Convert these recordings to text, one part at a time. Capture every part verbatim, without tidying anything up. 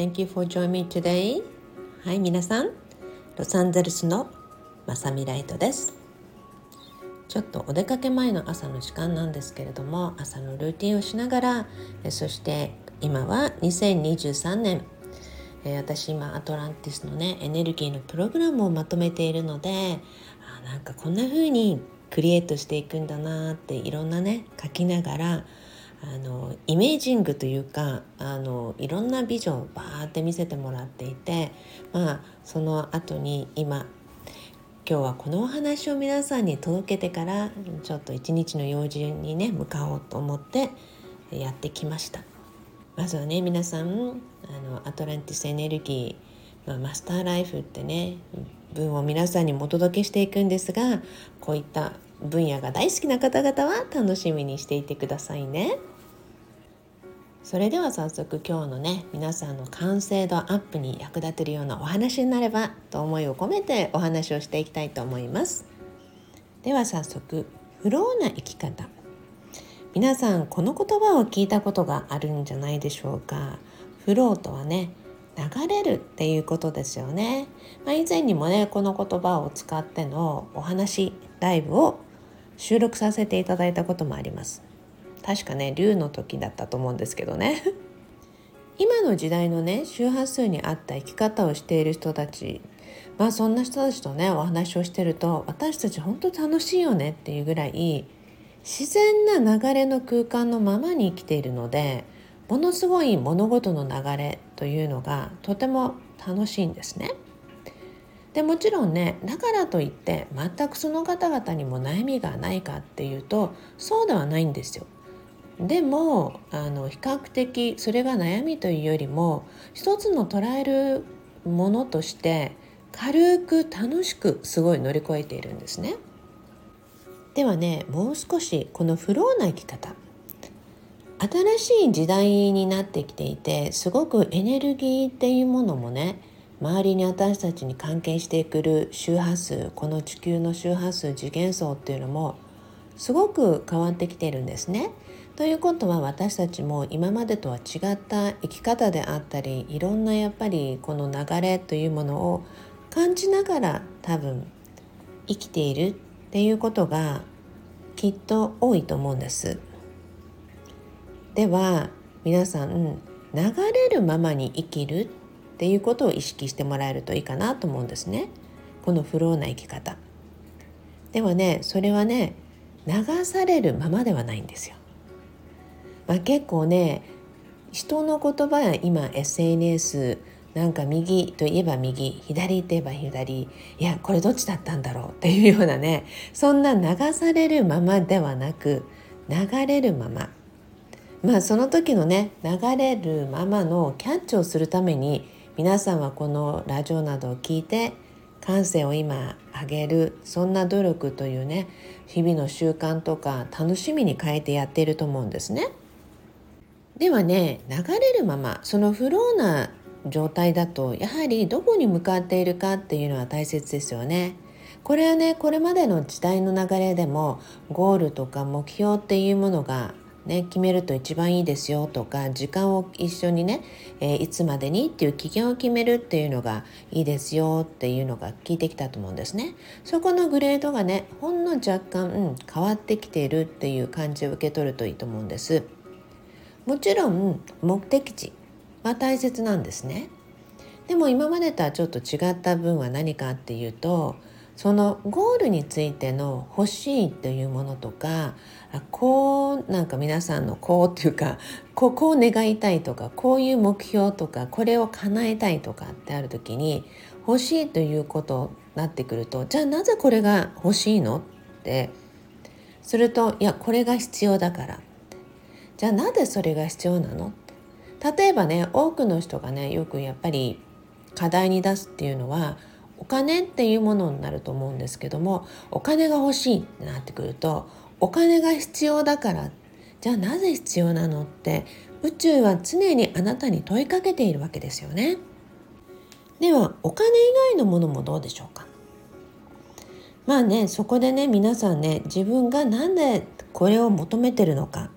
Thank you for joining me today. はい、皆さん、ロサンゼルスのまさみライトです。ちょっとお出かけ前の朝の時間なんですけれども、朝のルーティンをしながら、そして今はにせんにじゅうさんねん、私今アトランティスのねエネルギーのプログラムをまとめているので、あなんかこんな風にクリエイトしていくんだなっていろんなね書きながらあのイメージングというかあのいろんなビジョンをバーって見せてもらっていて、まあその後に今今日はこのお話を皆さんに届けてからちょっと一日の用事にね向かおうと思ってやってきました。まずはね皆さんあのアトランティスエネルギー、まあ、マスターライフってね文を皆さんにもお届けしていくんですが、こういった分野が大好きな方々は楽しみにしていてくださいね。それでは早速今日のね皆さんの完成度アップに役立てるようなお話になればと思いを込めてお話をしていきたいと思います。では早速、フローな生き方。皆さんこの言葉を聞いたことがあるんじゃないでしょうか。フローとはね流れるっていうことですよね。まあ、以前にもねこの言葉を使ってのお話ライブを収録させていただいたこともあります。確かね竜の時だったと思うんですけどね今の時代のね周波数に合った生き方をしている人たち、まあそんな人たちとねお話をしてると、私たち本当楽しいよねっていうぐらい自然な流れの空間のままに生きているので、ものすごい物事の流れというのがとても楽しいんですね。でもちろんねだからといって全くその方々にも悩みがないかっていうとそうではないんですよ。でもあの比較的それが悩みというよりも一つの捉えるものとして軽く楽しくすごい乗り越えているんですね。ではねもう少しこのフローな生き方、新しい時代になってきていて、すごくエネルギーっていうものもね周りに私たちに関係してくる周波数、この地球の周波数次元層っていうのもすごく変わってきているんですね。ということは私たちも今までとは違った生き方であったり、いろんなやっぱりこの流れというものを感じながら多分生きているっていうことがきっと多いと思うんです。では皆さん、流れるままに生きるっていうことを意識してもらえるといいかなと思うんですね。このフローな生き方ではね、それはね流されるままではないんですよ。まあ、結構ね人の言葉や今 エスエヌエス なんか右といえば右、左といえば左、いやこれどっちだったんだろうっていうようなね、そんな流されるままではなく流れるまま、まあその時のね流れるままのキャッチをするために皆さんはこのラジオなどを聞いて感性を今上げる、そんな努力というね日々の習慣とか楽しみに変えてやっていると思うんですね。ではね流れるままそのフローな状態だとやはりどこに向かっているかっていうのは大切ですよね。これはねこれまでの時代の流れでもゴールとか目標っていうものがね、決めると一番いいですよとか、時間を一緒にね、えー、いつまでにっていう期限を決めるっていうのがいいですよっていうのが聞いてきたと思うんですね。そこのグレードがねほんの若干、うん、変わってきているっていう感じを受け取るといいと思うんです。もちろん目的地は大切なんですね。でも今までとはちょっと違った分は何かっていうと、そのゴールについての欲しいというものとか、こうなんか皆さんのこうっていうかここを願いたいとか、こういう目標とかこれを叶えたいとかってある時に欲しいということになってくると、じゃあなぜこれが欲しいのってすると、いやこれが必要だから。じゃあなぜそれが必要なの？例えばね多くの人がねよくやっぱり課題に出すっていうのはお金っていうものになると思うんですけども、お金が欲しいってなってくると、お金が必要だから、じゃあなぜ必要なのって宇宙は常にあなたに問いかけているわけですよね。ではお金以外のものもどうでしょうか。まあねそこでね皆さんね自分がなんでこれを求めてるのか、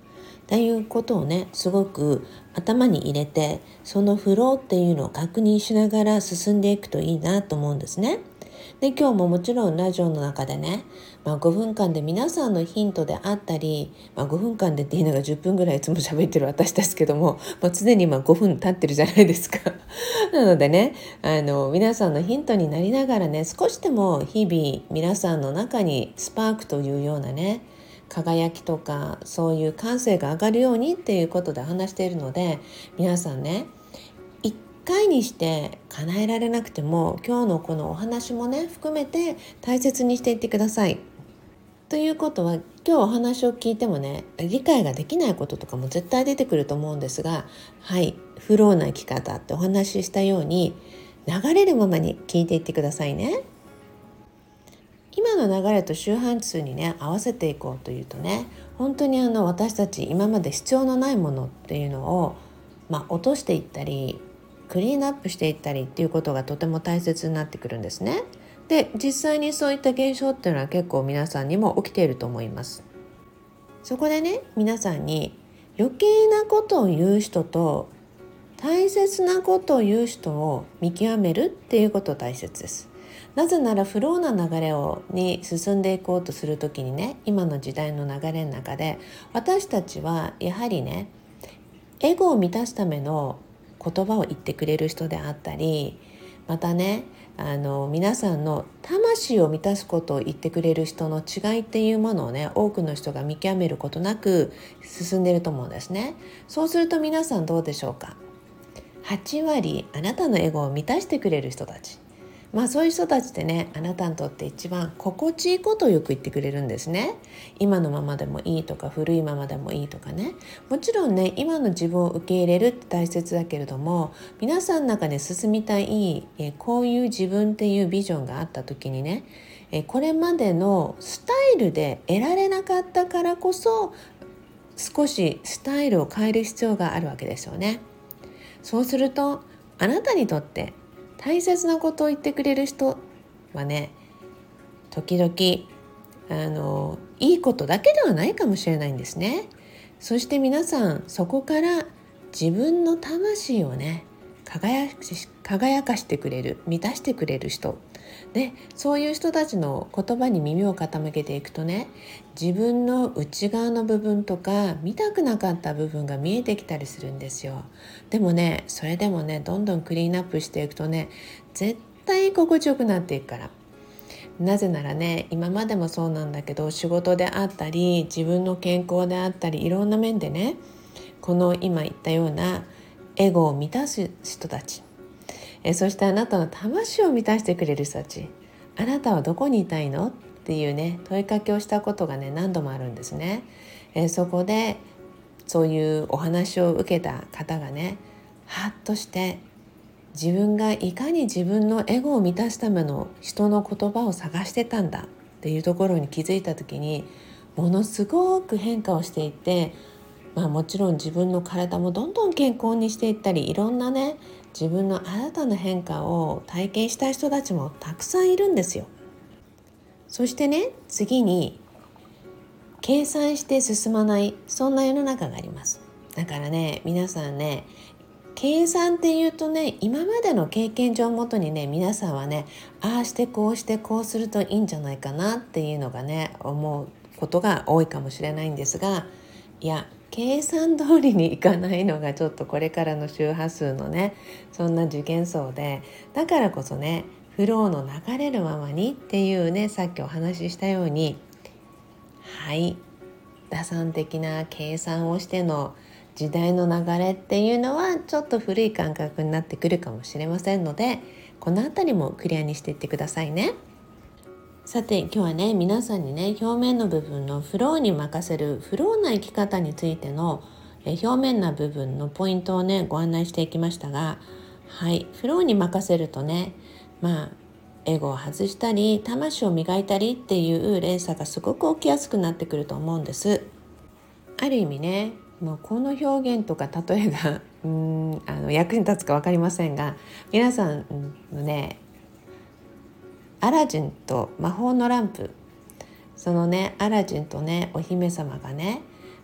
っていうことをねすごく頭に入れて、そのフローっていうのを確認しながら進んでいくといいなと思うんですね。で今日ももちろんラジオの中でね、まあ、ごふんかんで皆さんのヒントであったり、まあ、ごふんかんでっていうのがじゅっぷんぐらいいつも喋ってる私ですけども、もう常に今ごふん経ってるじゃないですかなのでね、あの皆さんのヒントになりながらね、少しでも日々皆さんの中にスパークというようなね、輝きとかそういう感性が上がるようにっていうことで話しているので、皆さんねいっかいにして叶えられなくても今日のこのお話もね含めて大切にしていってください。ということは今日お話を聞いてもね理解ができないこととかも絶対出てくると思うんですが、はいフローな生き方ってお話ししたように流れるままに聞いていってくださいね。今の流れと周波数にね合わせていこうというとね、本当にあの私たち今まで必要のないものっていうのを、まあ、落としていったりクリーンアップしていったりっていうことがとても大切になってくるんですね。で実際にそういった現象っていうのは結構皆さんにも起きていると思います。そこでね皆さんに余計なことを言う人と大切なことを言う人を見極めるっていうこと大切です。なぜならフローな流れをに進んでいこうとするときにね、今の時代の流れの中で私たちはやはりねエゴを満たすための言葉を言ってくれる人であったり、またねあの皆さんの魂を満たすことを言ってくれる人の違いっていうものをね多くの人が見極めることなく進んでいると思うんですね。そうすると皆さんどうでしょうか。はちわりあなたのエゴを満たしてくれる人たち、まあそういう人たちってねあなたにとって一番心地いいことをよく言ってくれるんですね。今のままでもいいとか古いままでもいいとかね、もちろんね今の自分を受け入れるって大切だけれども、皆さんの中で進みたいえこういう自分っていうビジョンがあった時にね、えこれまでのスタイルで得られなかったからこそ少しスタイルを変える必要があるわけですよね。そうするとあなたにとって大切なことを言ってくれる人はね、時々あのいいことだけではないかもしれないんですね。そして皆さんそこから自分の魂をね輝し輝かしてくれる、満たしてくれる人で、そういう人たちの言葉に耳を傾けていくとね、自分の内側の部分とか見たくなかった部分が見えてきたりするんですよ。でもねそれでもねどんどんクリーンアップしていくとね絶対心地よくなっていくから。なぜならね今までもそうなんだけど、仕事であったり自分の健康であったりいろんな面でね、この今言ったようなエゴを満たす人たち、えそしてあなたの魂を満たしてくれる人たち、あなたはどこにいたいのっていうね問いかけをしたことがね何度もあるんですね。えそこでそういうお話を受けた方がねハッとして、自分がいかに自分のエゴを満たすための人の言葉を探してたんだっていうところに気づいた時に、ものすごく変化をしていって、まあ、もちろん自分の体もどんどん健康にしていったり、いろんなね自分の新たな変化を体験した人たちもたくさんいるんですよ。そしてね次に計算して進まない、そんな世の中があります。だからね皆さんね、計算っていうとね今までの経験上をもとにね皆さんはねああしてこうしてこうするといいんじゃないかなっていうのがね思うことが多いかもしれないんですが、いや計算通りにいかないのがちょっとこれからの周波数のねそんな受験層で、だからこそねフローの流れるままにっていうね、さっきお話ししたように、はい打算的な計算をしての時代の流れっていうのはちょっと古い感覚になってくるかもしれませんので、このあたりもクリアにしていってくださいね。さて今日はね皆さんにね表面の部分のフローに任せるフローな生き方についてのえ表面な部分のポイントをねご案内していきましたが、はいフローに任せるとね、まあエゴを外したり魂を磨いたりっていう連鎖がすごく起きやすくなってくると思うんです。ある意味ね、もうこの表現とか例えがうーんあの役に立つか分かりませんが、皆さんのねアラジンと魔法のランプ、そのねアラジンとねお姫様がね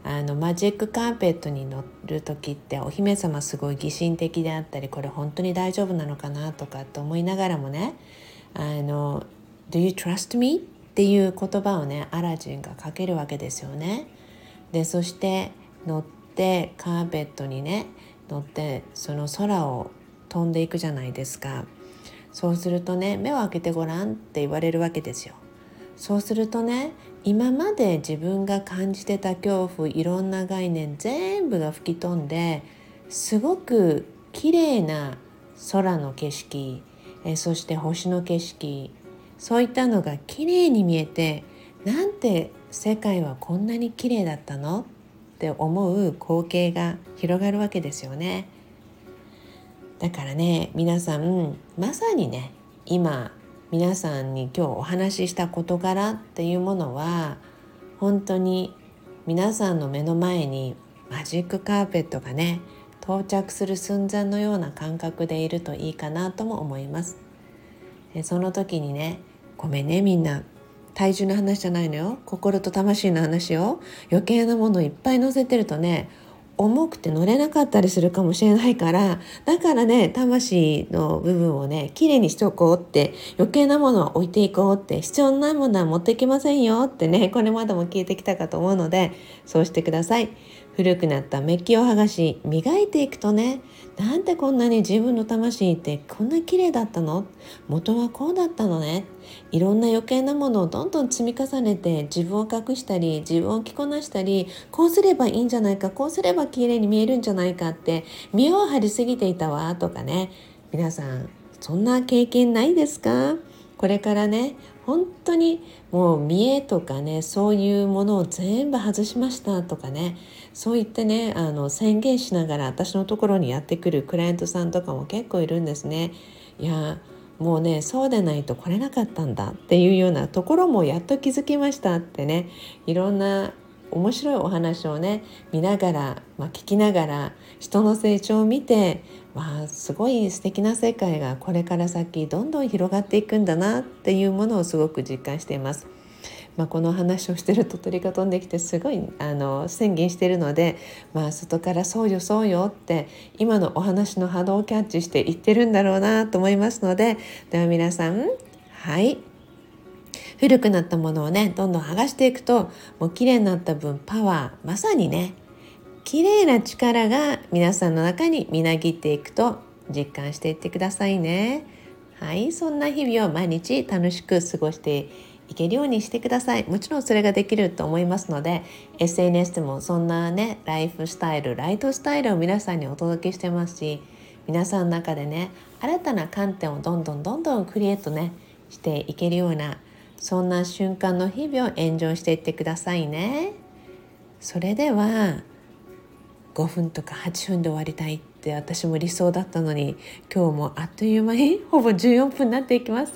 あのマジックカーペットに乗る時ってお姫様すごい疑心的であったり、これ本当に大丈夫なのかなとかって思いながらもね、あの Do you trust me? っていう言葉をねアラジンがかけるわけですよね。でそして乗ってカーペットにね乗ってその空を飛んでいくじゃないですか。そうするとね、目を開けてごらんって言われるわけですよ。そうするとね、今まで自分が感じてた恐怖、いろんな概念全部が吹き飛んで、すごく綺麗な空の景色、えそして星の景色、そういったのが綺麗に見えて、なんて世界はこんなに綺麗だったのって思う光景が広がるわけですよね。だからね、皆さんまさにね、今皆さんに今日お話しした事柄っていうものは本当に皆さんの目の前にマジックカーペットがね到着する寸前のような感覚でいるといいかなとも思います。その時にね、ごめんねみんな、体重の話じゃないのよ、心と魂の話よ。余計なものいっぱい乗せてるとね、重くて乗れなかったりするかもしれないから、だからね魂の部分をねきれいにしておこうって、余計なものは置いていこうって、必要ないものは持ってきませんよってね、これまでも聞いてきたかと思うので、そうしてください。古くなったメッキを剥がし磨いていくとね、なんてこんなに自分の魂ってこんな綺麗だったの、元はこうだったのね、いろんな余計なものをどんどん積み重ねて自分を隠したり自分を着こなしたり、こうすればいいんじゃないか、こうすれば綺麗に見えるんじゃないかって見を張りすぎていたわとかね、皆さんそんな経験ないですか？これからね本当にもう見栄とかね、そういうものを全部外しましたとかね、そう言ってねあの宣言しながら私のところにやってくるクライアントさんとかも結構いるんですね。いやもうねそうでないと来れなかったんだっていうようなところもやっと気づきましたってね、いろんな面白いお話をね見ながら、まあ、聞きながら人の成長を見て、まあ、すごい素敵な世界がこれから先どんどん広がっていくんだなっていうものをすごく実感しています。まあ、この話をしてると鳥が飛んできてすごいあの宣言しているので、まあ、外からそうよそうよって今のお話の波動をキャッチして言ってるんだろうなと思いますので、では皆さん、はい古くなったものをねどんどん剥がしていくと、もう綺麗になった分パワー、まさにね綺麗な力が皆さんの中にみなぎっていくと実感していってくださいね。はい、そんな日々を毎日楽しく過ごしていけるようにしてください。もちろんそれができると思いますので、 エスエヌエス でもそんなねライフスタイルライトスタイルを皆さんにお届けしてますし、皆さんの中でね新たな観点をどんどんどんどんクリエイトねしていけるような、そんな瞬間の日々をエンジョイしていってくださいね。それではごふんとかはっぷんで終わりたいって私も理想だったのに、今日もあっという間にほぼじゅうよんぷんになっていきます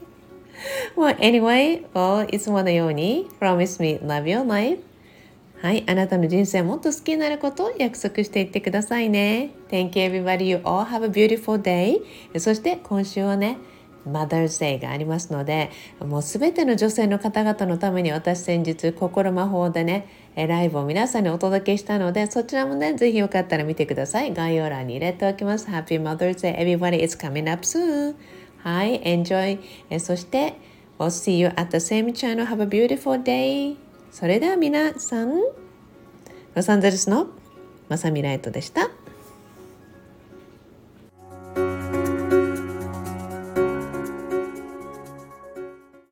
well, anyway, well, いつものように Promise me love your life。 はい、あなたの人生をもっと好きになることを約束していってくださいね。 Thank you everybody, you all have a beautiful day。 そして今週はねMother's Day がありますので、もうすべての女性の方々のために私先日心魔法でねライブを皆さんにお届けしたので、そちらもねぜひよかったら見てください。概要欄に入れておきます。 Happy Mother's Day everybody, it's coming up soon。 はい、Enjoy。 えそして We'll see you at the same channel. Have a beautiful day。 それでは皆さん、ロサンゼルスのまさみライトでした。